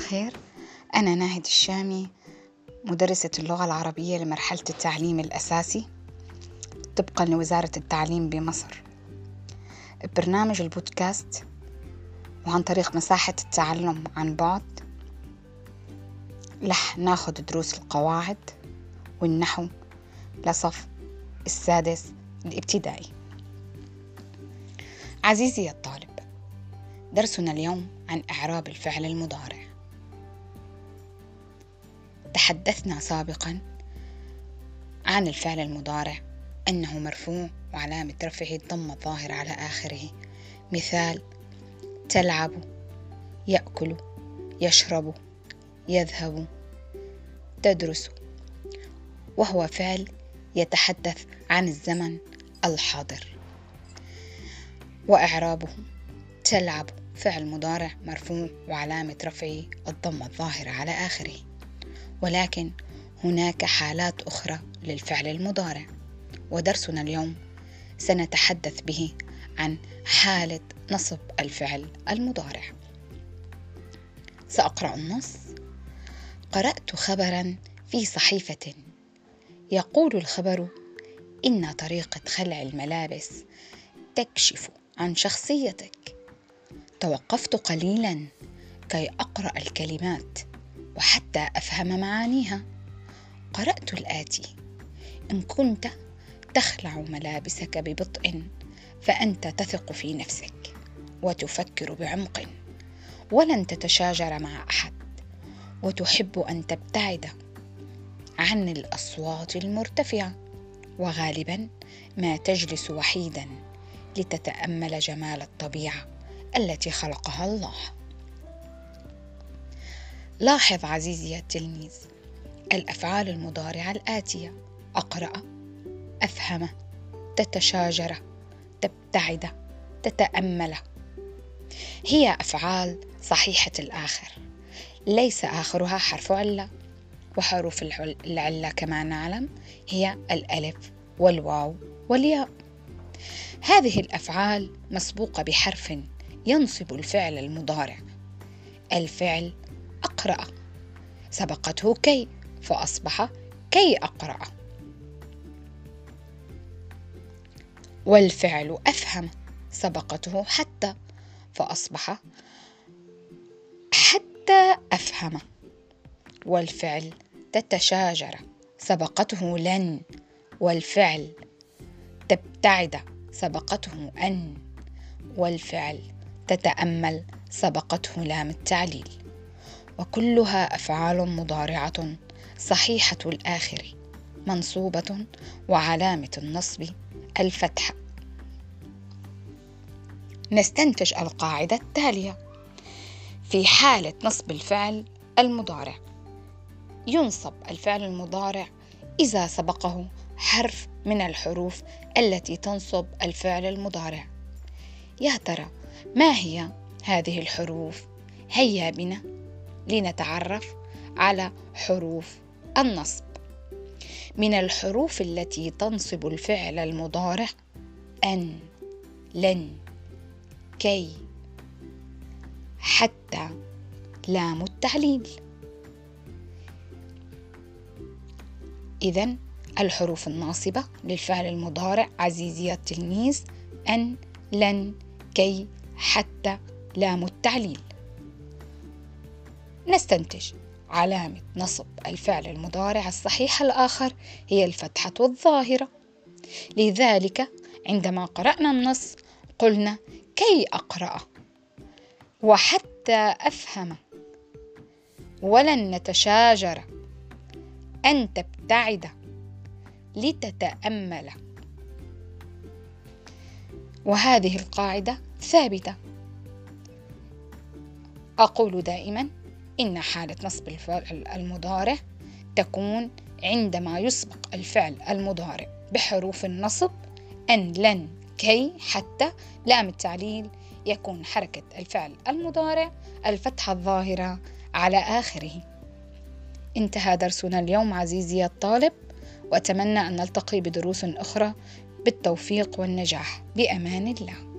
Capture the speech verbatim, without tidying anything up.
الخير. أنا ناهد الشامي، مدرسة اللغة العربية لمرحلة التعليم الأساسي طبقا لوزارة التعليم بمصر. برنامج البودكاست وعن طريق مساحة التعلم عن بعد رح ناخد دروس القواعد والنحو لصف السادس الابتدائي. عزيزي الطالب، درسنا اليوم عن إعراب الفعل المضارع. تحدثنا سابقا عن الفعل المضارع أنه مرفوع وعلامة رفعه الضمة الظاهرة على آخره. مثال: تلعب، يأكل، يشرب، يذهب، تدرس. وهو فعل يتحدث عن الزمن الحاضر. وإعرابه: تلعب فعل مضارع مرفوع وعلامة رفعه الضمة الظاهرة على آخره. ولكن هناك حالات أخرى للفعل المضارع، ودرسنا اليوم سنتحدث به عن حالة نصب الفعل المضارع. سأقرأ النص. قرأت خبرا في صحيفة يقول الخبر إن طريقة خلع الملابس تكشف عن شخصيتك. توقفت قليلا كي أقرأ الكلمات وحتى أفهم معانيها. قرأت الآتي: إن كنت تخلع ملابسك ببطء فأنت تثق في نفسك وتفكر بعمق ولن تتشاجر مع أحد، وتحب أن تبتعد عن الأصوات المرتفعة، وغالبا ما تجلس وحيدا لتتأمل جمال الطبيعة التي خلقها الله. لاحظ عزيزي التلميذ الأفعال المضارعة الآتية: أقرأ، أفهم، تتشاجر، تبتعد، تتأمل. هي أفعال صحيحة الآخر، ليس آخرها حرف علة، وحروف العلة كما نعلم هي الألف والواو والياء. هذه الأفعال مسبوقة بحرف ينصب الفعل المضارع. الفعل أقرأ سبقته كي فأصبح كي أقرأ، والفعل أفهم سبقته حتى فأصبح حتى أفهم، والفعل تتشاجر سبقته لن، والفعل تبتعد سبقته أن، والفعل تتأمل سبقته لام التعليل. وكلها أفعال مضارعة صحيحة الآخر منصوبة وعلامة النصب الفتحة. نستنتج القاعدة التالية: في حالة نصب الفعل المضارع ينصب الفعل المضارع إذا سبقه حرف من الحروف التي تنصب الفعل المضارع. يا ترى ما هي هذه الحروف؟ هيا بنا لنتعرف على حروف النصب. من الحروف التي تنصب الفعل المضارع أن، لن، كي، حتى، لام التعليل. إذن الحروف الناصبة للفعل المضارع عزيزي التلميذ أن، لن، كي، حتى، لام التعليل. نستنتج علامة نصب الفعل المضارع الصحيح الآخر هي الفتحة الظاهرة. لذلك عندما قرأنا النص قلنا كي أقرأ وحتى أفهم ولن نتشاجر، أن تبتعد، لتتأمل. وهذه القاعدة ثابتة. أقول دائما إن حالة نصب الفعل المضارع تكون عندما يسبق الفعل المضارع بحروف النصب أن، لن، كي، حتى، لام التعليل، يكون حركة الفعل المضارع الفتحة الظاهرة على آخره. انتهى درسنا اليوم عزيزي الطالب، وأتمنى أن نلتقي بدروس أخرى بالتوفيق والنجاح. بأمان الله.